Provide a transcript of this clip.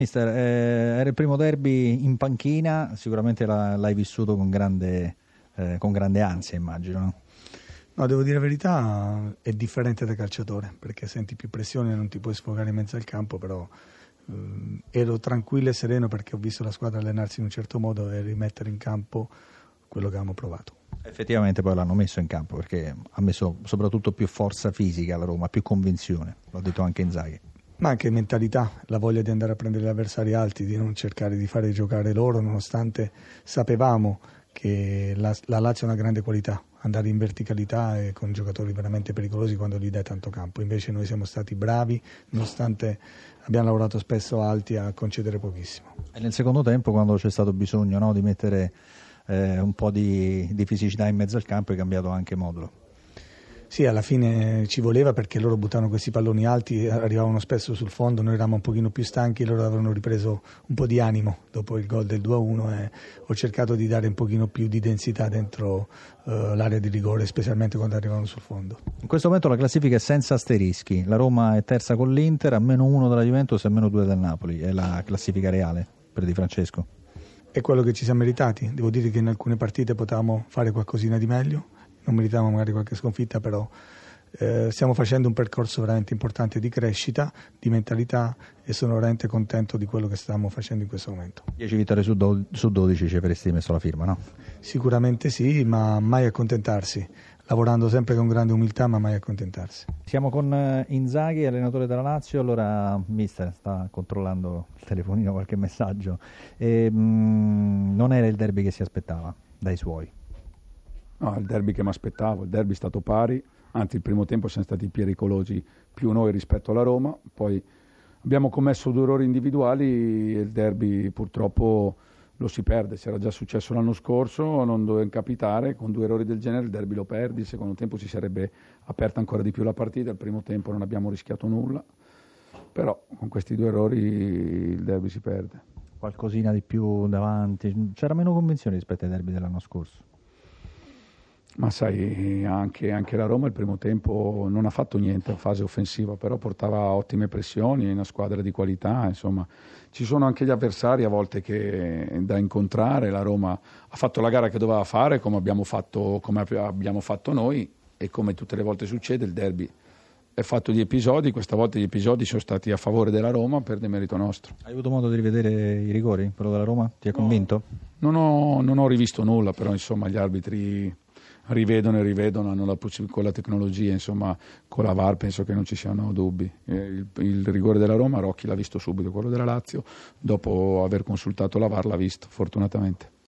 Mister, era il primo derby in panchina, sicuramente l'hai vissuto con grande ansia, immagino, no? No, devo dire la verità, è differente da calciatore, perché senti più pressione e non ti puoi sfogare in mezzo al campo, però ero tranquillo e sereno perché ho visto la squadra allenarsi in un certo modo e rimettere in campo quello che avevamo provato. Effettivamente poi l'hanno messo in campo perché ha messo soprattutto più forza fisica alla Roma, più convinzione, l'ha detto anche Inzaghi. Ma anche mentalità, la voglia di andare a prendere gli avversari alti, di non cercare di fare giocare loro, nonostante sapevamo che la Lazio ha una grande qualità, andare in verticalità e con giocatori veramente pericolosi quando gli dai tanto campo. Invece noi siamo stati bravi, nonostante abbiamo lavorato spesso alti, a concedere pochissimo. E nel secondo tempo, quando c'è stato bisogno, no, di mettere un po' di fisicità in mezzo al campo, è cambiato anche modulo. Sì, alla fine ci voleva perché loro buttavano questi palloni alti, arrivavano spesso sul fondo, noi eravamo un pochino più stanchi, loro avevano ripreso un po' di animo dopo il gol del 2-1 e ho cercato di dare un pochino più di densità dentro l'area di rigore, specialmente quando arrivavano sul fondo. In questo momento la classifica è senza asterischi, la Roma è terza con l'Inter, a -1 della Juventus e a -2 del Napoli, è la classifica reale per Di Francesco. È quello che ci siamo meritati, devo dire che in alcune partite potevamo fare qualcosina di meglio, non meritavamo magari qualche sconfitta, però stiamo facendo un percorso veramente importante di crescita, di mentalità e sono veramente contento di quello che stiamo facendo in questo momento. 10 vittorie su 12 ci avresti messo la firma, no? Sicuramente sì, ma mai accontentarsi, lavorando sempre con grande umiltà, ma mai accontentarsi. Siamo con Inzaghi, allenatore della Lazio. Allora, mister, sta controllando il telefonino, qualche messaggio. Non era il derby che si aspettava dai suoi? No, il derby che mi aspettavo, il derby è stato pari, anzi il primo tempo siamo stati pericolosi più noi rispetto alla Roma, poi abbiamo commesso 2 errori individuali e il derby purtroppo lo si perde, c'era già successo l'anno scorso, non doveva capitare, con 2 errori del genere il derby lo perdi, il secondo tempo si sarebbe aperta ancora di più la partita, il primo tempo non abbiamo rischiato nulla, però con questi 2 errori il derby si perde. Qualcosina di più davanti, c'era meno convinzione rispetto ai derby dell'anno scorso? Ma sai, anche la Roma il primo tempo non ha fatto niente in fase offensiva, però portava ottime pressioni, è una squadra di qualità, insomma. Ci sono anche gli avversari a volte da incontrare, la Roma ha fatto la gara che doveva fare come abbiamo fatto noi e come tutte le volte succede il derby è fatto di episodi, questa volta gli episodi sono stati a favore della Roma per demerito nostro. Hai avuto modo di rivedere i rigori, quello della Roma? Ti ha convinto? Non ho rivisto nulla, però insomma gli arbitri rivedono e rivedono, hanno con la tecnologia, insomma con la VAR penso che non ci siano dubbi. Il rigore della Roma Rocchi l'ha visto subito, quello della Lazio dopo aver consultato la VAR l'ha visto fortunatamente.